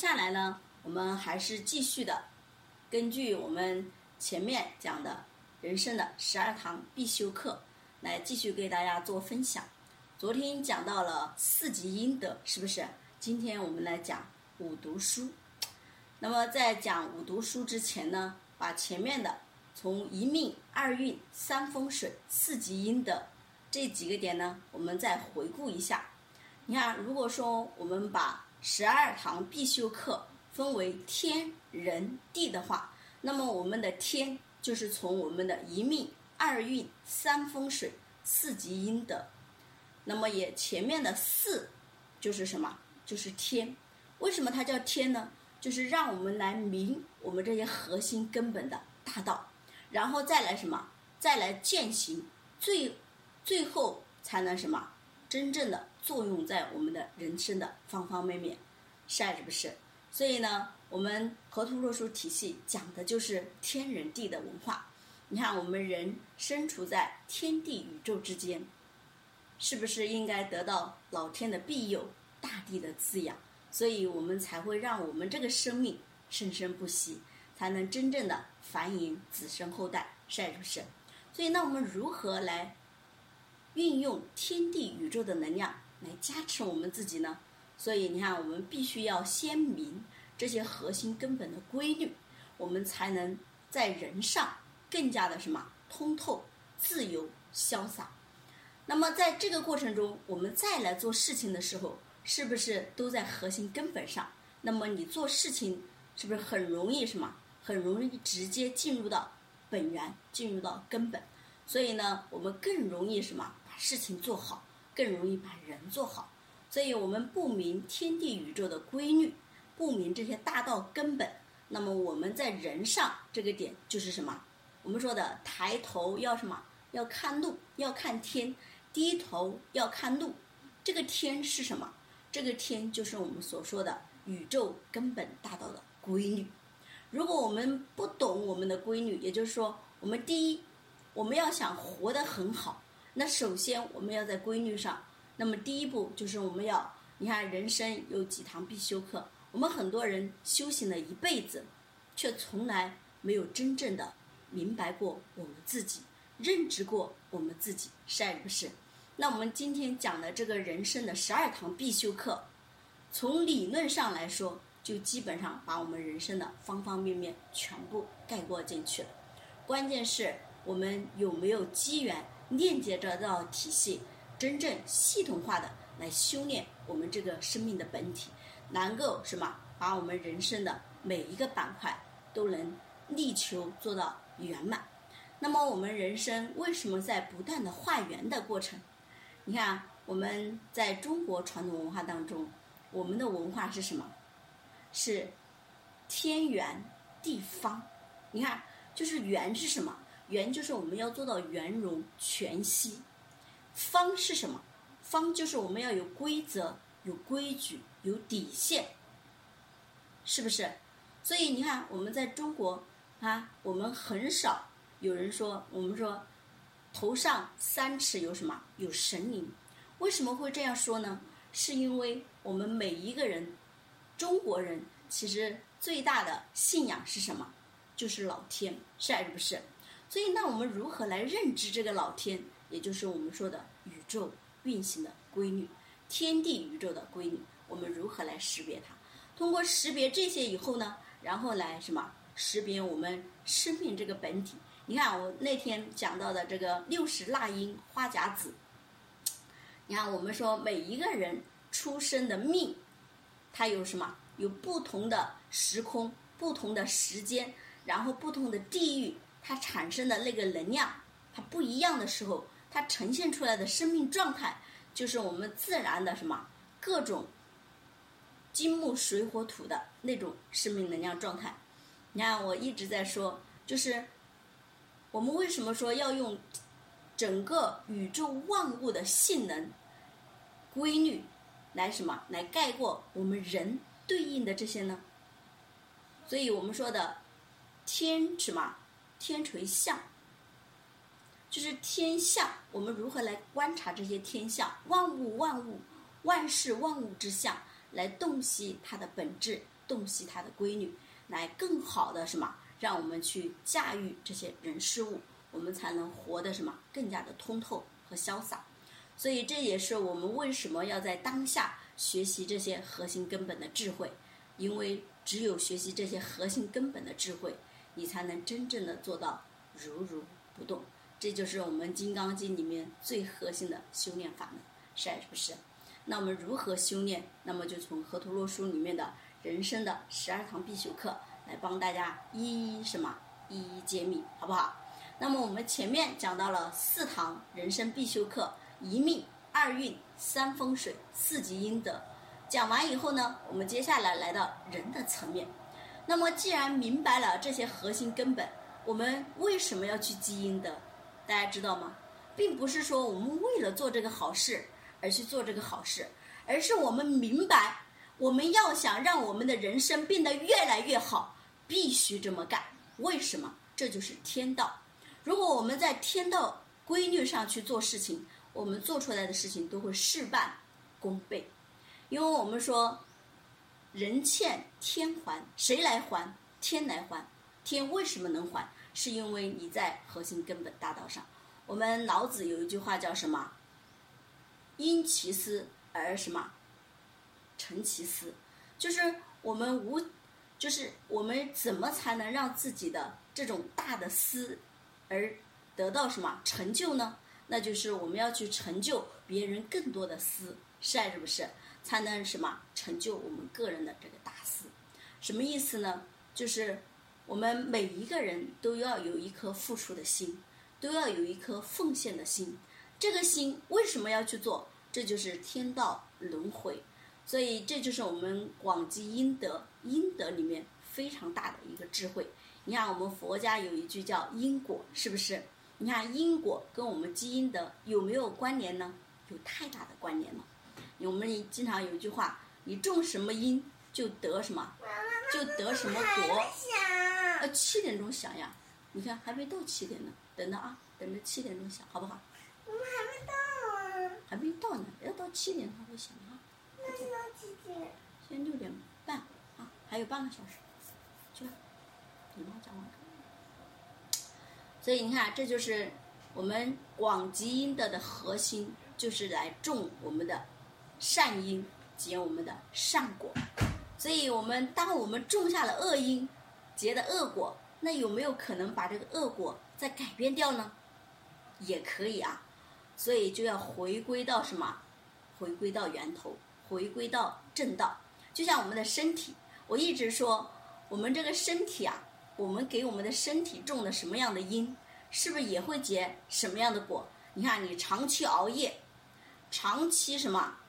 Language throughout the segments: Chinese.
下来呢，我们还是继续的根据我们前面讲的人生的12堂必修课来继续给大家做分享。昨天讲到了4级阴德，是不是？今天我们来讲5读书。那么在讲5读书之前呢，把前面的从1命2运3风水4级阴德这几个点呢，我们再回顾一下。你看，如果说我们把12堂必修课分为天人地的话，那么我们的天就是从我们的1命2运3风水4级阴德。那么也前面的4就是什么？就是天。为什么它叫天呢？就是让我们来明我们这些核心根本的大道，然后再来什么？再来践行，最后才能什么？真正的作用在我们的人生的方方面面，是不是？所以呢，我们河图洛书体系讲的就是天人地的文化。你看，我们人身处在天地宇宙之间，是不是应该得到老天的庇佑，大地的滋养？所以我们才会让我们这个生命生生不息，才能真正的繁衍子孙后代，是不是？所以那我们如何来运用天地宇宙的能量来加持我们自己呢？所以你看，我们必须要先明这些核心根本的规律，我们才能在人上更加的什么通透、自由、潇洒。那么在这个过程中，我们再来做事情的时候，是不是都在核心根本上？那么你做事情是不是很容易什么？很容易直接进入到本源，进入到根本。所以呢，我们更容易什么？把事情做好，更容易把人做好。所以我们不明天地宇宙的规律，不明这些大道根本，那么我们在人上这个点就是什么？我们说的抬头要什么？要看路，要看天；低头要看路。这个天是什么？这个天就是我们所说的宇宙根本大道的规律。如果我们不懂我们的规律，也就是说，我们第一，我们要想活得很好，那首先我们要在规律上。那么第一步就是我们要，你看人生有几堂必修课，我们很多人修行了一辈子，却从来没有真正的明白过我们自己，认知过我们自己，是不是？那我们今天讲的这个人生的12堂必修课，从理论上来说，就基本上把我们人生的方方面面全部概括进去了。关键是我们有没有机缘链接这道体系，真正系统化的来修炼我们这个生命的本体，能够什么？把我们人生的每一个板块都能力求做到圆满。那么我们人生为什么在不断的化缘的过程？你看，我们在中国传统文化当中，我们的文化是什么？是天圆地方。你看，就是圆是什么？圆就是我们要做到圆融全息。方是什么？方就是我们要有规则、有规矩、有底线，是不是？所以你看，我们在中国我们很少有人说，我们说头上3尺有什么？有神灵。为什么会这样说呢？是因为我们每一个人，中国人其实最大的信仰是什么？就是老天，是不是？所以那我们如何来认知这个老天？也就是我们说的宇宙运行的规律，天地宇宙的规律，我们如何来识别它？通过识别这些以后呢，然后来什么？识别我们生命这个本体。你看我那天讲到的这个60腊阴花甲子，你看我们说每一个人出生的命，它有什么？有不同的时空、不同的时间，然后不同的地域，它产生的那个能量，它不一样的时候，它呈现出来的生命状态，就是我们自然的什么？各种金木水火土的那种生命能量状态。你看我一直在说，就是我们为什么说要用整个宇宙万物的性能规律来什么？来概括我们人对应的这些呢？所以我们说的天什么？天垂象，就是天象。我们如何来观察这些天象？万物、万事万物之象，来洞悉它的本质， 洞悉它的规律，来更好的什么，让我们去驾驭这些人事物，我们才能活得什么更加的通透和潇洒。所以这也是我们为什么要在当下学习这些核心根本的智慧，因为只有学习这些核心根本的智慧，你才能真正的做到如如不动。这就是我们金刚经里面最核心的修炼法门，是不是？那我们如何修炼？那么就从河图洛书里面的人生的12堂必修课来帮大家一一揭秘，好不好？那么我们前面讲到了4堂人生必修课，1命、2运、3风水、4积阴德。讲完以后呢，我们接下来来到人的层面。那么既然明白了这些核心根本，我们为什么要去积阴德？大家知道吗？并不是说我们为了做这个好事而去做这个好事，而是我们明白，我们要想让我们的人生变得越来越好，必须这么干。为什么？这就是天道。如果我们在天道规律上去做事情，我们做出来的事情都会事半功倍。因为我们说人欠天还，谁来还？天来还。天为什么能还？是因为你在核心根本大道上。我们老子有一句话叫什么？因其思而什么？成其思。就是我们怎么才能让自己的这种大的思而得到什么成就呢？那就是我们要去成就别人更多的思，是不是？才能什么成就我们个人的这个大思。什么意思呢？就是我们每一个人都要有一颗付出的心，都要有一颗奉献的心。这个心为什么要去做？这就是天道轮回。所以这就是我们广积阴德，阴德里面非常大的一个智慧。你看我们佛家有一句叫因果，是不是？你看因果跟我们积阴德有没有关联呢？有太大的关联了。我们经常有一句话，你种什么因就得什么，就得什么果。7点钟响呀，你看还没到7点呢，等着啊，等着7点钟响，好不好？ 我们还没到啊。 还没到呢，要到7点它会响啊。 那是到几点？ 现在6点半啊，还有半个小时，去吧，你妈讲完。所以你看，这就是我们广积阴德的核心，就是来种我们的善因，结我们的善果。所以当我们种下了恶因，结的恶果，那有没有可能把这个恶果再改变掉呢？也可以啊。所以就要回归到什么？回归到源头，回归到正道。就像我们的身体，我一直说我们这个身体啊，我们给我们的身体种的什么样的因，是不是也会结什么样的果？你看你长期熬夜，长期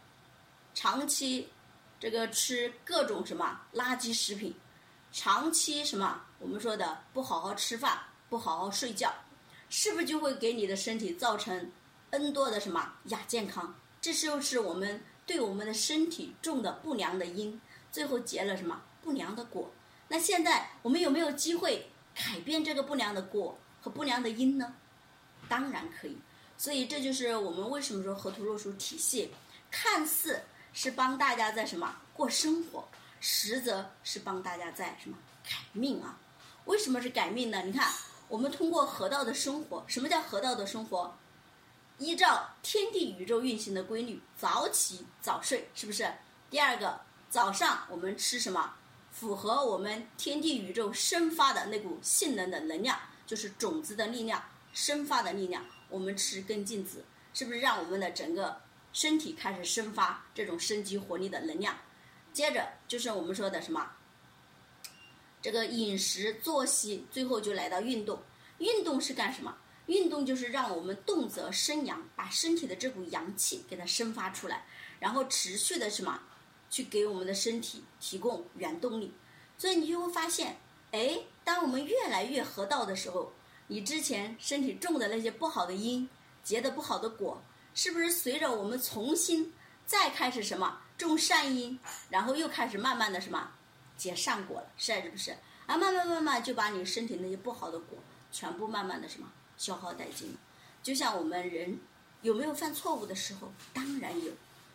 这个吃各种什么垃圾食品，长期我们说的不好好吃饭，不好好睡觉，是不是就会给你的身体造成 N 多的亚健康？这就是我们对我们的身体种的不良的因，最后结了不良的果。那现在我们有没有机会改变这个不良的果和不良的因呢？当然可以。所以这就是我们为什么说河图洛书体系看似是帮大家在过生活，实则是帮大家在改命啊。为什么是改命呢？你看我们通过河道的生活，什么叫河道的生活？依照天地宇宙运行的规律，早起早睡，是不是？第二个，早上我们吃什么？符合我们天地宇宙生发的那股性能的能量，就是种子的力量，生发的力量。我们吃根茎子，是不是让我们的整个身体开始生发这种生机活力的能量？接着就是我们说的这个饮食作息，最后就来到运动。运动是干什么？运动就是让我们动则生阳，把身体的这股阳气给它生发出来，然后持续的去给我们的身体提供原动力。所以你就会发现，当我们越来越合道的时候，你之前身体种的那些不好的因，结的不好的果，是不是随着我们重新再开始种善因，然后又开始慢慢的结善果了，是不是？啊，慢慢就把你身体那些不好的果全部慢慢的消耗殆尽了。就像我们人有没有犯错误的时候？当然有。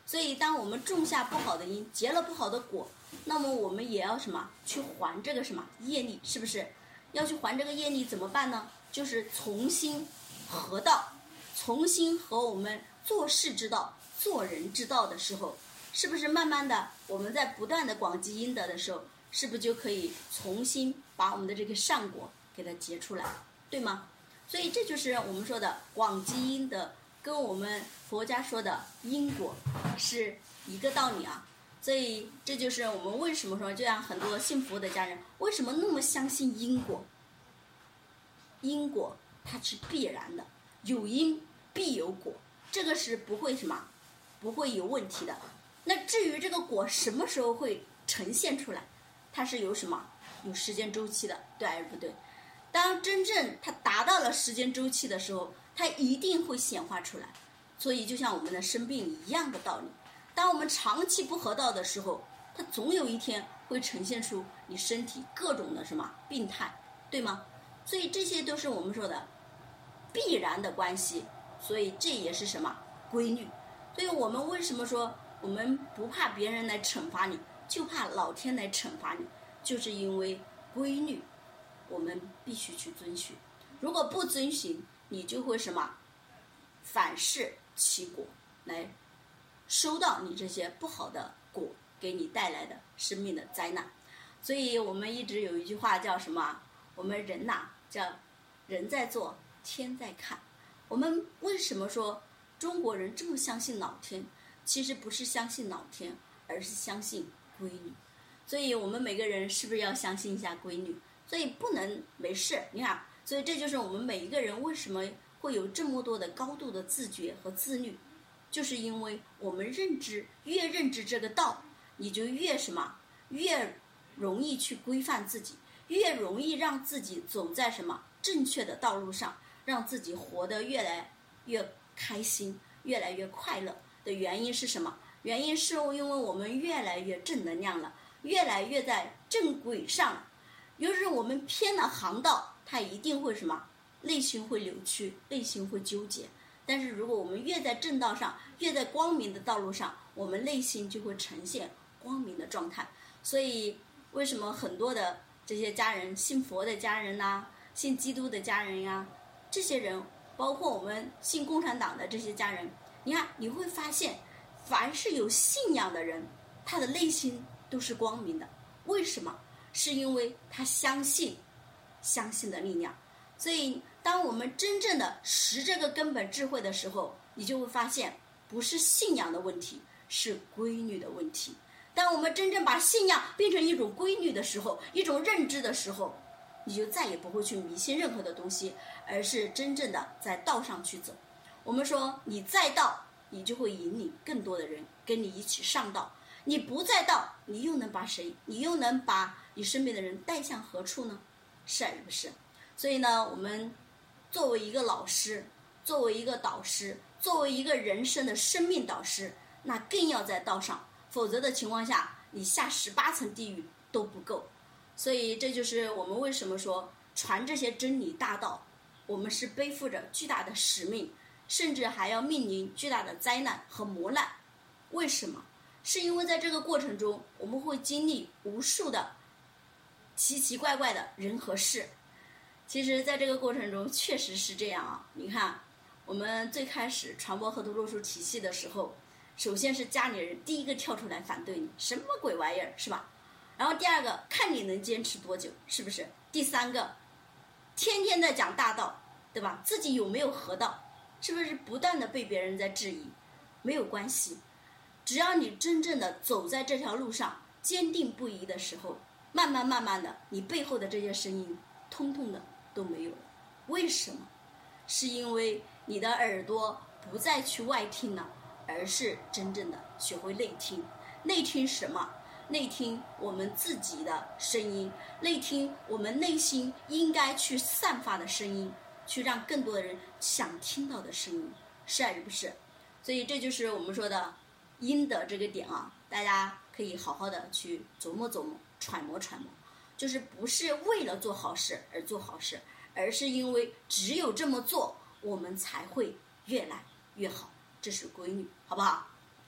所以当我们种下不好的因，结了不好的果，那么我们也要什么去还这个什么业力，是不是？要去还这个业力怎么办呢？就是重新合道，重新和我们做事之道、做人之道的时候，是不是慢慢的我们在不断的广积阴德的时候，是不是就可以重新把我们的这个善果给它结出来，对吗？所以这就是我们说的广积阴德，跟我们佛家说的因果是一个道理啊。所以这就是我们为什么说，就像很多信佛的家人为什么那么相信因果。因果它是必然的，有因必有果，这个是不会什么，不会有问题的。那至于这个果什么时候会呈现出来，它是有什么，有时间周期的，对还是不对？当真正它达到了时间周期的时候，它一定会显化出来。所以就像我们的生病一样的道理，当我们长期不合道的时候，它总有一天会呈现出你身体各种的什么病态，对吗？所以这些都是我们说的必然的关系，所以这也是什么规律。所以我们为什么说我们不怕别人来惩罚你，就怕老天来惩罚你，就是因为规律我们必须去遵循。如果不遵循，你就会什么反噬其果，来收到你这些不好的果给你带来的生命的灾难。所以我们一直有一句话叫什么？我们人呐，叫人在做，天在看。我们为什么说中国人这么相信老天？其实不是相信老天，而是相信规律。所以我们每个人是不是要相信一下规律？所以不能没事，你看，所以这就是我们每一个人为什么会有这么多的高度的自觉和自律，就是因为我们越认知这个道，你就越什么，越容易去规范自己，越容易让自己走在什么正确的道路上，让自己活得越来越开心，越来越快乐的原因是什么？原因是因为我们越来越正能量了，越来越在正轨上了。就是我们偏了航道，它一定会什么，内心会扭曲，内心会纠结。但是如果我们越在正道上，越在光明的道路上，我们内心就会呈现光明的状态。所以为什么很多的这些家人，信佛的家人呐，信基督的家人呀，这些人包括我们信共产党的这些家人，你看你会发现，凡是有信仰的人，他的内心都是光明的。为什么？是因为他相信的力量。所以当我们真正的识这个根本智慧的时候，你就会发现不是信仰的问题，是规律的问题。当我们真正把信仰变成一种规律的时候，一种认知的时候，你就再也不会去迷信任何的东西，而是真正的在道上去走。我们说你在道，你就会引领更多的人跟你一起上道。你不在道，你又能把谁？你又能把你身边的人带向何处呢？是还是不是？所以呢，我们作为一个老师，作为一个导师，作为一个人生的生命导师，那更要在道上，否则的情况下，你下18层地狱都不够。所以这就是我们为什么说传这些真理大道，我们是背负着巨大的使命，甚至还要面临巨大的灾难和磨难。为什么？是因为在这个过程中，我们会经历无数的奇奇怪怪的人和事。其实在这个过程中确实是这样啊。你看我们最开始传播河图洛书体系的时候，首先是家里人第一个跳出来反对你，什么鬼玩意儿，是吧？然后第二个看你能坚持多久，是不是？第三个天天在讲大道，对吧？自己有没有合道，是不是不断的被别人在质疑？没有关系，只要你真正的走在这条路上，坚定不移的时候，慢慢的，你背后的这些声音通通的都没有了。为什么？是因为你的耳朵不再去外听了，而是真正的学会内听。内听什么？内听我们自己的声音，内听我们内心应该去散发的声音，去让更多的人想听到的声音，是还是不是？所以这就是我们说的因的这个点啊，大家可以好好的去琢磨琢磨，揣摩揣摩，就是不是为了做好事而做好事，而是因为只有这么做，我们才会越来越好，这是规律，好不好？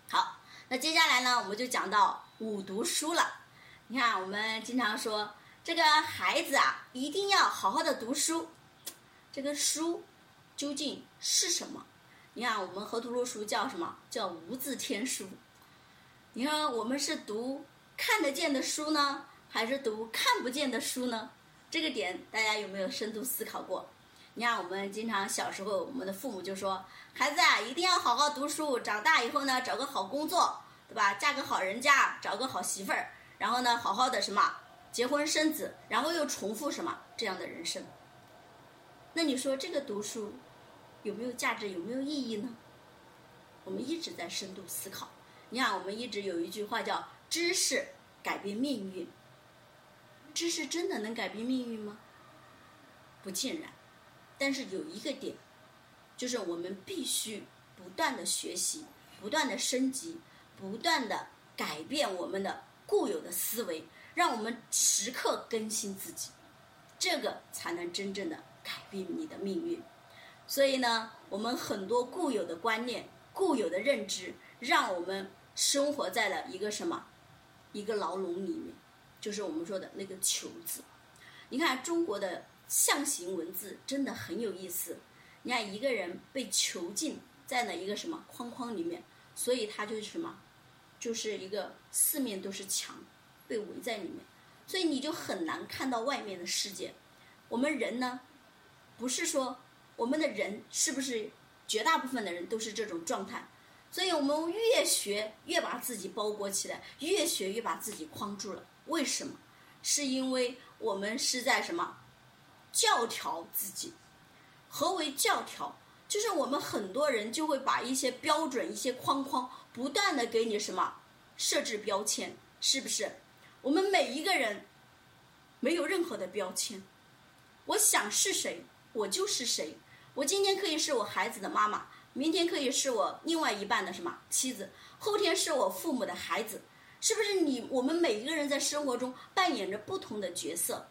好，那接下来呢，我们就讲到五读书了。你看，我们经常说这个孩子啊，一定要好好的读书。这个书究竟是什么？你看，我们河图洛书叫什么？叫无字天书。你看，我们是读看得见的书呢，还是读看不见的书呢？这个点大家有没有深度思考过？你看，我们经常小时候，我们的父母就说，孩子啊，一定要好好读书，长大以后呢，找个好工作，对吧？嫁个好人家，找个好媳妇儿，然后呢，好好的什么结婚生子，然后又重复什么这样的人生。那你说这个读书有没有价值，有没有意义呢？我们一直在深度思考。你看，我们一直有一句话叫知识改变命运。知识真的能改变命运吗？不尽然。但是有一个点，就是我们必须不断的学习，不断的升级，不断的改变我们的固有的思维，让我们时刻更新自己，这个才能真正的改变你的命运。所以呢，我们很多固有的观念、固有的认知，让我们生活在了一个什么？一个牢笼里面，就是我们说的那个囚字。你看中国的象形文字真的很有意思。你看一个人被囚禁在了一个什么框框里面，所以他就是什么？就是一个四面都是墙，被围在里面，所以你就很难看到外面的世界。我们人呢，不是说我们的人是不是绝大部分的人都是这种状态？所以我们越学越把自己包裹起来，越学越把自己框住了。为什么？是因为我们是在什么？教条自己。何为教条？就是我们很多人就会把一些标准、一些框框不断的给你什么设置标签，是不是？我们每一个人没有任何的标签，我想是谁我就是谁。我今天可以是我孩子的妈妈，明天可以是我另外一半的什么妻子，后天是我父母的孩子，是不是我们每一个人在生活中扮演着不同的角色？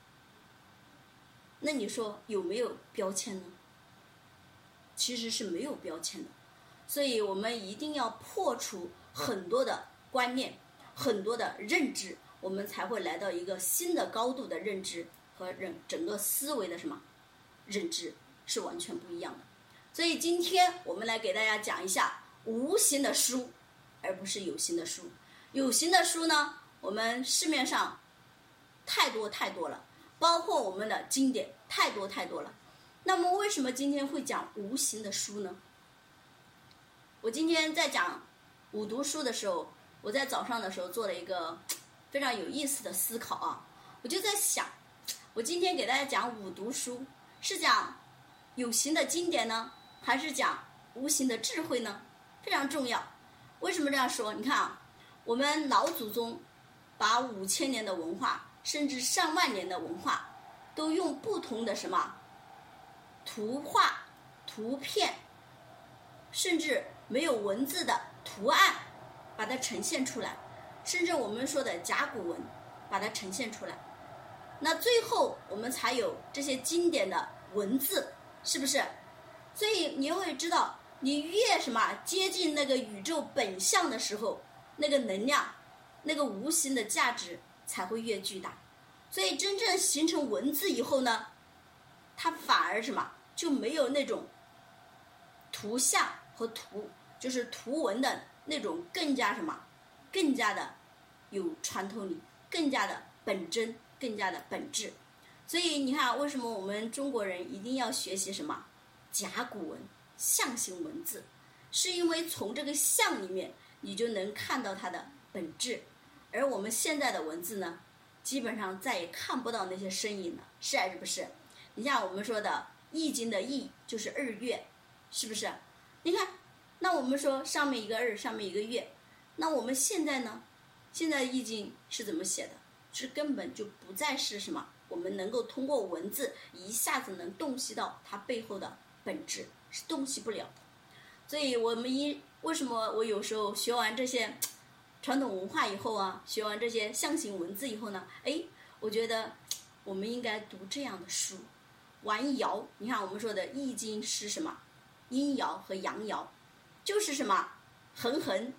那你说有没有标签呢？其实是没有标签的。所以我们一定要破除很多的观念，很多的认知，我们才会来到一个新的高度的认知和整个思维的什么认知是完全不一样的。所以今天我们来给大家讲一下无形的书，而不是有形的书。有形的书呢，我们市面上太多了，包括我们的经典太多了。那么为什么今天会讲无形的书呢？我今天在讲五读书的时候，我在早上的时候做了一个非常有意思的思考啊。我就在想，我今天给大家讲五读书，是讲有形的经典呢，还是讲无形的智慧呢？非常重要。为什么这样说？你看啊，我们老祖宗把5000年的文化，甚至上万年的文化，都用不同的什么图画、图片，甚至没有文字的图案，把它呈现出来，甚至我们说的甲骨文，把它呈现出来。那最后我们才有这些经典的文字，是不是？所以你会知道，你越什么接近那个宇宙本相的时候，那个能量，那个无形的价值才会越巨大。所以真正形成文字以后呢，它反而什么就没有那种图像和就是图文的那种更加什么，更加的有穿透力，更加的本真，更加的本质。所以你看，为什么我们中国人一定要学习什么甲骨文、象形文字？是因为从这个象里面，你就能看到它的本质。而我们现在的文字呢，基本上再也看不到那些身影了，是还是不是？你像我们说的易经的易就是2月，是不是？你看，那我们说上面一个2，上面一个月，那我们现在呢？现在易经是怎么写的？是根本就不再是什么我们能够通过文字一下子能洞悉到它背后的本质，是洞悉不了的。所以我们为什么我有时候学完这些传统文化以后啊，学完这些象形文字以后呢，我觉得我们应该读这样的书。玩爻，你看我们说的易经是什么？阴爻和阳爻，就是什么？横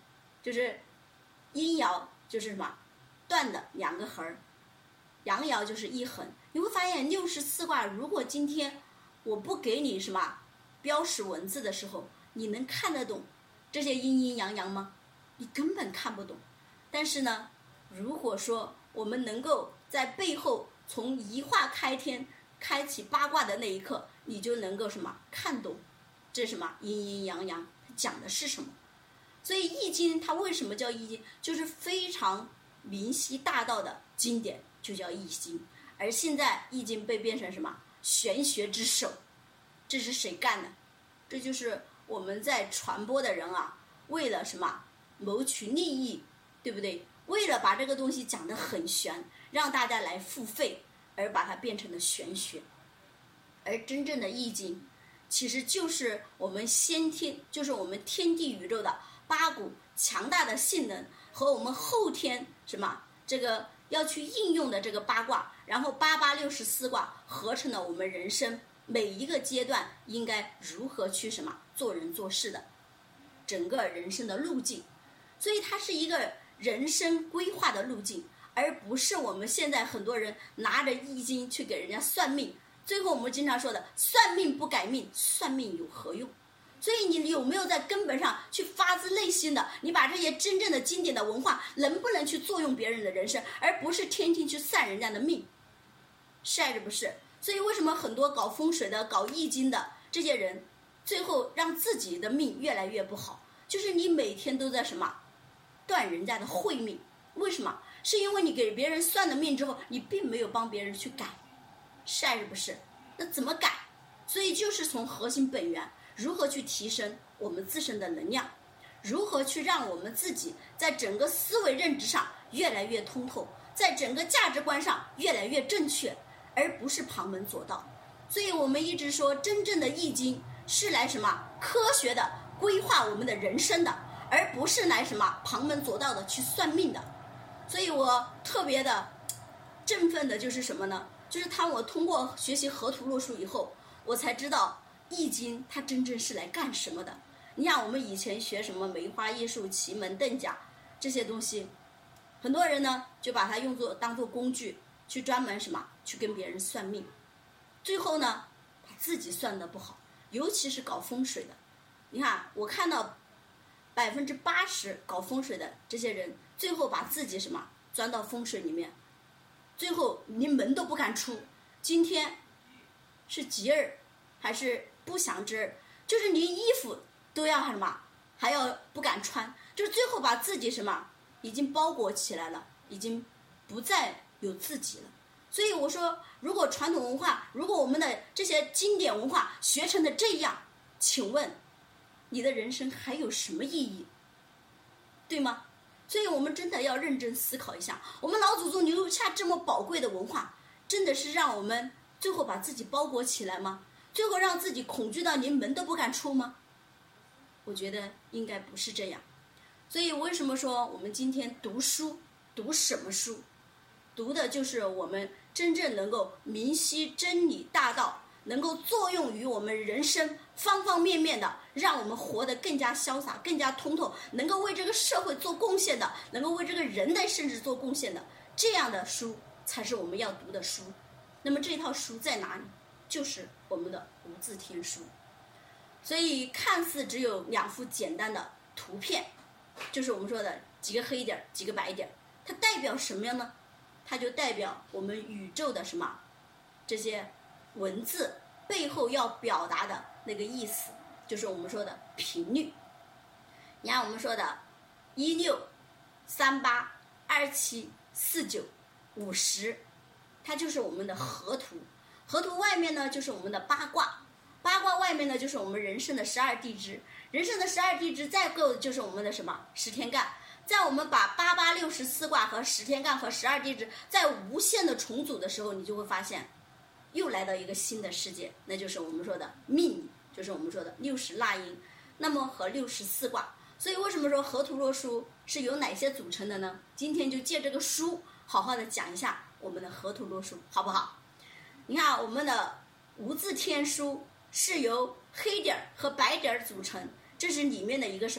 就是阴爻就是什么断的2个横，阳爻就是1横。你会发现64卦，如果今天我不给你什么标识文字的时候，你能看得懂这些阴阴阳阳吗？你根本看不懂。但是呢，如果说我们能够在背后从一化开天开启八卦的那一刻，你就能够什么看懂这是什么阴阴阳阳讲的是什么。所以易经它为什么叫易经，就是非常明晰大道的经典，就叫易经。而现在易经被变成什么玄学之首，这是谁干的？这就是我们在传播的人啊，为了什么谋取利益，对不对？为了把这个东西讲得很玄，让大家来付费，而把它变成了玄学。而真正的易经其实就是我们先天，就是我们天地宇宙的八股强大的性能和我们后天什么这个要去应用的这个八卦，然后64卦合成了我们人生每一个阶段应该如何去什么做人做事的整个人生的路径。所以它是一个人生规划的路径，而不是我们现在很多人拿着易经去给人家算命。最后我们经常说的算命不改命，算命有何用？所以你有没有在根本上去发自内心的，你把这些真正的经典的文化能不能去作用别人的人生，而不是天天去算人家的命，是还是不是？所以为什么很多搞风水的搞易经的这些人最后让自己的命越来越不好，就是你每天都在什么断人家的慧命。为什么？是因为你给别人算了命之后，你并没有帮别人去改，是还是不是？那怎么改？所以就是从核心本源，如何去提升我们自身的能量，如何去让我们自己在整个思维认知上越来越通透，在整个价值观上越来越正确，而不是旁门左道。所以我们一直说，真正的易经是来什么科学的规划我们的人生的，而不是来什么旁门左道的去算命的。所以我特别的振奋的就是什么呢？就是当我通过学习河图洛书以后，我才知道易经它真正是来干什么的。你想我们以前学什么梅花易数、奇门遁甲这些东西，很多人呢就把它当作工具，去专门什么去跟别人算命，最后呢把自己算得不好。尤其是搞风水的，你看我看到80%搞风水的这些人，最后把自己什么钻到风水里面，最后连门都不敢出。今天是吉日还是不祥之日，就是连衣服都要什么还要不敢穿，就是最后把自己什么已经包裹起来了，已经不再有自己了。所以我说，如果传统文化，如果我们的这些经典文化学成的这样，请问你的人生还有什么意义？对吗？所以我们真的要认真思考一下，我们老祖宗留下这么宝贵的文化，真的是让我们最后把自己包裹起来吗？最后让自己恐惧到连门都不敢出吗？我觉得应该不是这样。所以为什么说我们今天读书，读什么书？读的就是我们真正能够明晰真理大道，能够作用于我们人生方方面面的，让我们活得更加潇洒，更加通透，能够为这个社会做贡献的，能够为这个人类甚至做贡献的，这样的书才是我们要读的书。那么这套书在哪里？就是我们的无字天书。所以看似只有2幅简单的图片，就是我们说的几个黑点几个白点，它代表什么样呢？它就代表我们宇宙的什么这些文字背后要表达的那个意思，就是我们说的频率。你看我们说的16、38、27、49、50，它就是我们的河图。河图外面呢就是我们的八卦，八卦外面呢就是我们人生的12地支，人生的12地支再够就是我们的什么10天干。在我们把64卦和10天干和12地支在无限的重组的时候，你就会发现又来到一个新的世界，那就是我们说的命理，就是我们说的60纳音，那么和64卦。所以为什么说河图洛书是由哪些组成的呢？今天就借这个书好好的讲一下我们的河图洛书，好不好？你看我们的无字天书是由黑点和白点组成，这是里面的一个什么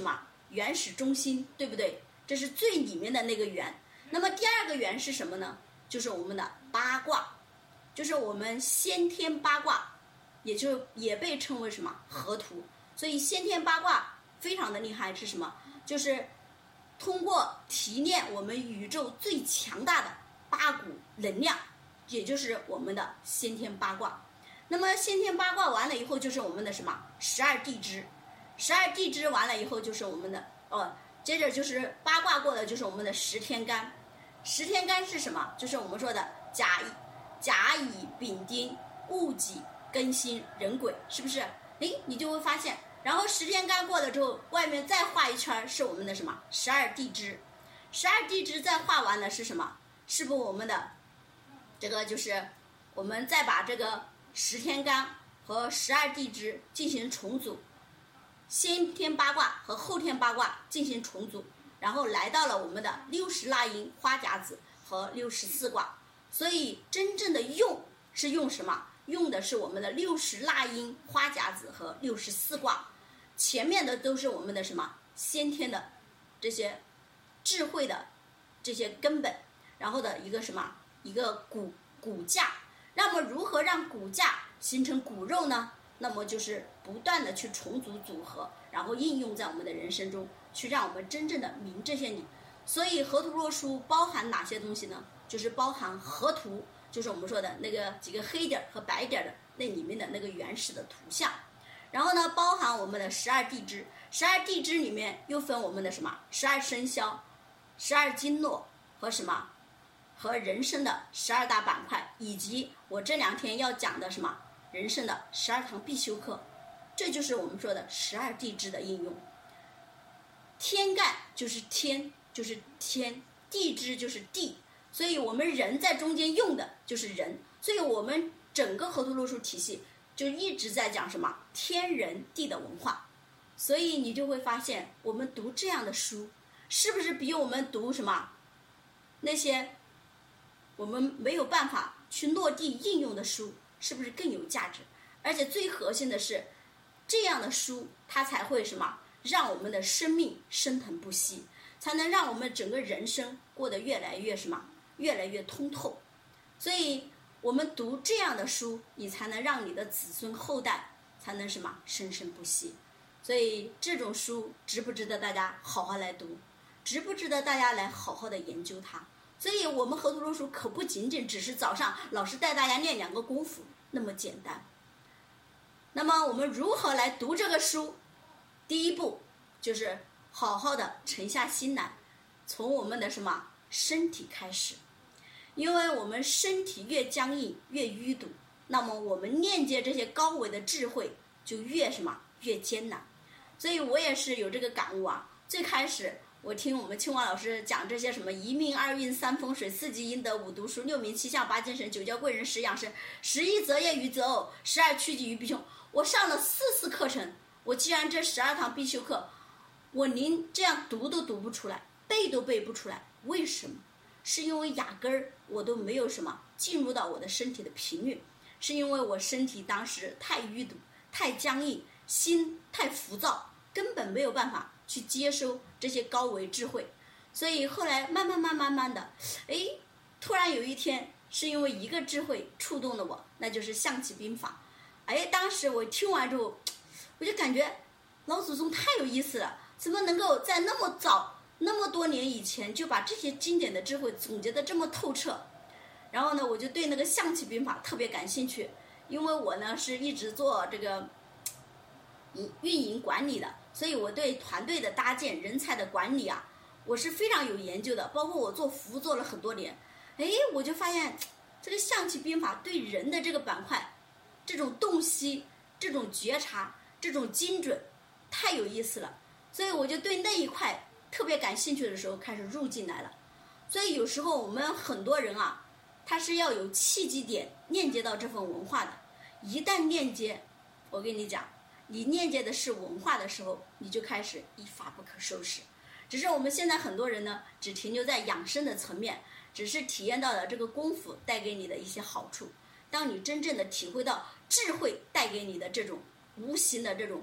原始中心，对不对？这是最里面的那个元。那么第二个元是什么呢？就是我们的八卦，就是我们先天八卦，也被称为什么河图。所以先天八卦非常的厉害，是什么？就是通过提炼我们宇宙最强大的八股能量，也就是我们的先天八卦。那么先天八卦完了以后，就是我们的什么12地支，12地支完了以后就是我们的接着就是八卦过的就是我们的10天干。10天干是什么？就是我们说的甲乙丙丁戊己庚辛壬癸，是不是？你就会发现，然后10天干过了之后，外面再画一圈是我们的什么12地支，12地支再画完了是什么？是不是我们的这个就是我们再把这个10天干和12地支进行重组，先天八卦和后天八卦进行重组，然后来到了我们的60腊阴花甲子和64卦。所以真正的用是用什么？用的是我们的60腊阴花甲子和64卦，前面的都是我们的什么先天的这些智慧的这些根本，然后的一个什么一个骨架。那么如何让骨架形成骨肉呢？那么就是不断的去重组组合，然后应用在我们的人生中，去让我们真正的明这些理。所以河图洛书包含哪些东西呢？就是包含河图，就是我们说的那个几个黑点和白点的那里面的那个原始的图像。然后呢，包含我们的12地支，12地支里面又分我们的什么12生肖、12经络和什么和人生的12大板块，以及我这2天要讲的什么人生的12堂必修课。这就是我们说的12地支的应用。天干就是天，就是天；地支就是地，所以我们人在中间用的就是人。所以我们整个河图洛书体系就一直在讲什么天人地的文化。所以你就会发现，我们读这样的书，是不是比我们读什么那些我们没有办法去落地应用的书，是不是更有价值？而且最核心的是，这样的书它才会什么让我们的生命升腾不息，才能让我们整个人生过得越来越什么越来越通透。所以我们读这样的书，你才能让你的子孙后代才能什么生生不息。所以这种书值不值得大家好好来读，值不值得大家来好好的研究它。所以我们河图洛书可不仅仅只是早上老师带大家练2个功夫那么简单。那么我们如何来读这个书？第一步就是好好的沉下心来，从我们的什么身体开始。因为我们身体越僵硬越淤堵，那么我们链接这些高维的智慧就越什么越艰难。所以我也是有这个感悟啊。最开始我听我们清华老师讲这些什么1命2运3风水4积阴德5读书6名7相8精神9教贵人10养生11择业于择偶12趋吉于避凶，我上了4次课程，我既然这12堂必修课我连这样读都读不出来，背都背不出来。为什么？是因为压根儿我都没有什么进入到我的身体的频率，是因为我身体当时太淤堵太僵硬，心太浮躁，根本没有办法去接收这些高维智慧。所以后来慢慢的，突然有一天是因为一个智慧触动了我，那就是象棋兵法。当时我听完之后，我就感觉老祖宗太有意思了，怎么能够在那么早那么多年以前就把这些经典的智慧总结得这么透彻。然后呢，我就对那个象棋兵法特别感兴趣，因为我呢是一直做这个运营管理的，所以我对团队的搭建人才的管理啊，我是非常有研究的。包括我做服务做了很多年，我就发现这个象棋兵法对人的这个板块，这种洞悉，这种觉察，这种精准太有意思了。所以我就对那一块特别感兴趣的时候开始入进来了。所以有时候我们很多人啊，他是要有契机点链接到这份文化的。一旦链接，我跟你讲，你链接的是文化的时候，你就开始一发不可收拾。只是我们现在很多人呢，只停留在养生的层面，只是体验到了这个功夫带给你的一些好处。当你真正的体会到智慧带给你的这种无形的这种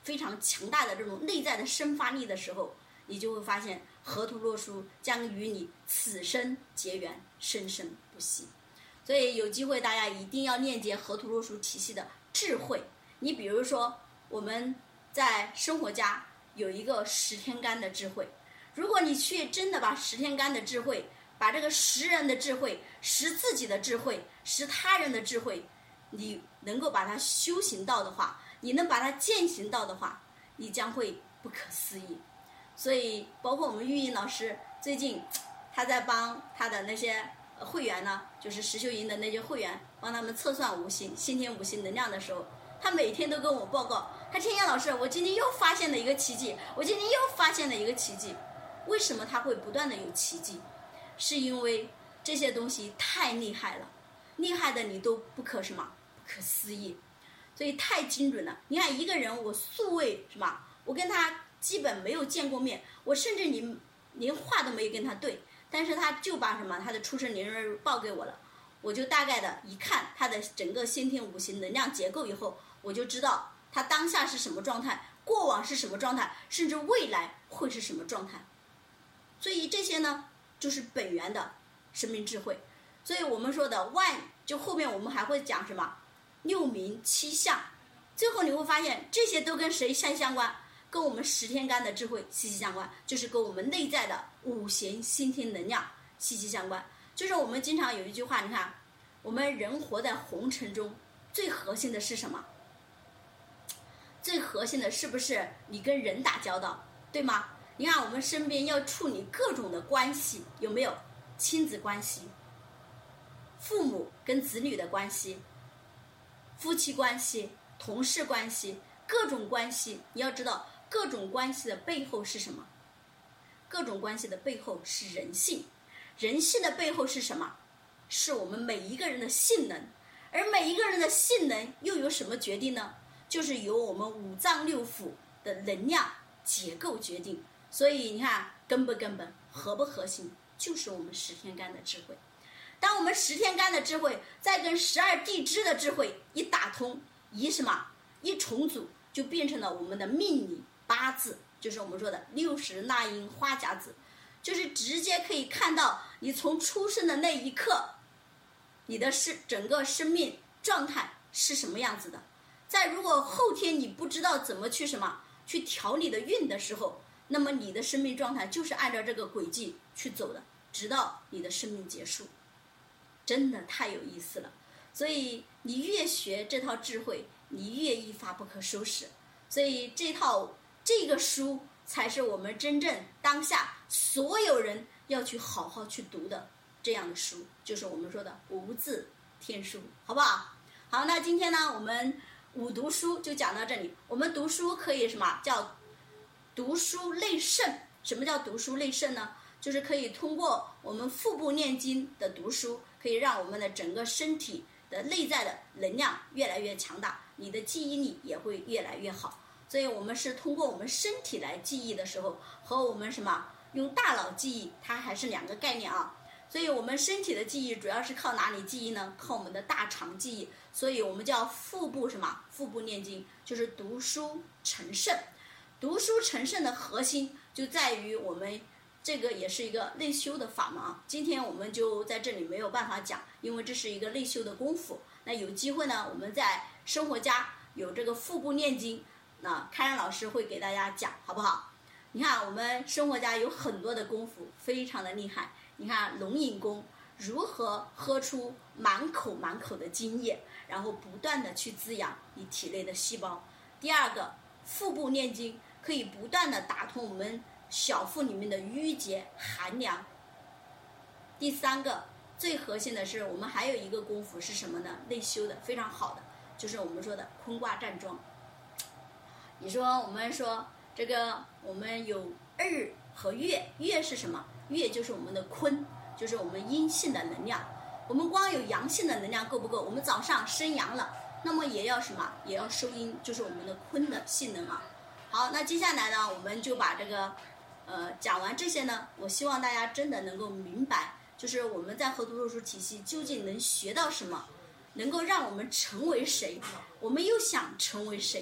非常强大的这种内在的生发力的时候，你就会发现河图洛书将与你此生结缘，生生不息。所以有机会大家一定要链接河图洛书体系的智慧。你比如说我们在生活家有一个10天干的智慧，如果你去真的把10天干的智慧，把这个识人的智慧、识自己的智慧、识他人的智慧，你能够把它修行到的话，你能把它践行到的话，你将会不可思议。所以包括我们玉英老师最近他在帮他的那些会员呢，就是实修营的那些会员，帮他们测算五行先天五行能量的时候，他每天都跟我报告，他天阳老师，我今天又发现了一个奇迹，我今天又发现了一个奇迹。为什么他会不断的有奇迹？是因为这些东西太厉害了，厉害的你都不可什么不可思议，所以太精准了。你看一个人，我素未什么，我跟他基本没有见过面，我甚至连话都没有跟他对，但是他就把什么他的出生年月日报给我了，我就大概的一看他的整个先天五行能量结构以后，我就知道他当下是什么状态，过往是什么状态，甚至未来会是什么状态。所以这些呢就是本源的生命智慧。所以我们说的就后面我们还会讲什么6名7相，最后你会发现这些都跟谁相关？跟我们10天干的智慧息息相关，就是跟我们内在的五行先天能量息息相关。就是我们经常有一句话，你看我们人活在红尘中，最核心的是什么？最核心的是不是你跟人打交道，对吗？你看我们身边要处理各种的关系，有没有亲子关系、父母跟子女的关系、夫妻关系、同事关系，各种关系。你要知道各种关系的背后是什么？各种关系的背后是人性，人性的背后是什么？是我们每一个人的性能。而每一个人的性能又由什么决定呢？就是由我们五脏六腑的能量结构决定。所以你看根本核不核心，就是我们10天干的智慧。当我们10天干的智慧再跟12地支的智慧一打通，一重组，就变成了我们的命理八字，就是我们说的60纳音花甲子，就是直接可以看到你从出生的那一刻，你的整个生命状态是什么样子的。在如果后天你不知道怎么去去调你的运的时候，那么你的生命状态就是按照这个轨迹去走的，直到你的生命结束。真的太有意思了。所以你越学这套智慧，你越一发不可收拾。所以这个书才是我们真正当下所有人要去好好去读的这样的书，就是我们说的无字天书，好不好？好，那今天呢我们5读书就讲到这里。我们读书可以叫读书内圣。什么叫读书内圣呢？就是可以通过我们腹部念经的读书，可以让我们的整个身体的内在的能量越来越强大，你的记忆力也会越来越好。所以我们是通过我们身体来记忆的时候，和我们用大脑记忆，它还是2个概念啊。所以我们身体的记忆主要是靠哪里记忆呢？靠我们的大肠记忆。所以我们叫腹部腹部念经，就是读书成圣。读书成圣的核心就在于我们这个也是一个内修的法门啊。今天我们就在这里没有办法讲，因为这是一个内修的功夫。那有机会呢，我们在生活家有这个腹部念经，那开然老师会给大家讲，好不好？你看我们生活家有很多的功夫，非常的厉害。你看龙饮功如何喝出满口的津液，然后不断的去滋养你体内的细胞。第二个，腹部念经可以不断的打通我们小腹里面的淤结寒凉。第三个，最核心的是我们还有一个功夫是什么呢？内修的非常好的，就是我们说的坤卦站桩。你说我们说这个我们有日和月，月是什么？月就是我们的坤，就是我们阴性的能量。我们光有阳性的能量够不够？我们早上生阳了，那么也要也要收阴，就是我们的坤的性能啊。好，那接下来呢，我们就把这个讲完这些呢，我希望大家真的能够明白，就是我们在河图洛书体系究竟能学到什么，能够让我们成为谁，我们又想成为谁，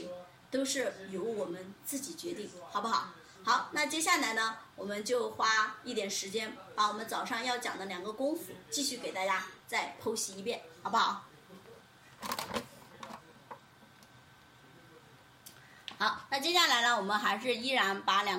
都是由我们自己决定，好不好？好，那接下来呢，我们就花一点时间，把我们早上要讲的2个功夫继续给大家再剖析一遍，好不好？好，那接下来呢，我们还是依然把2个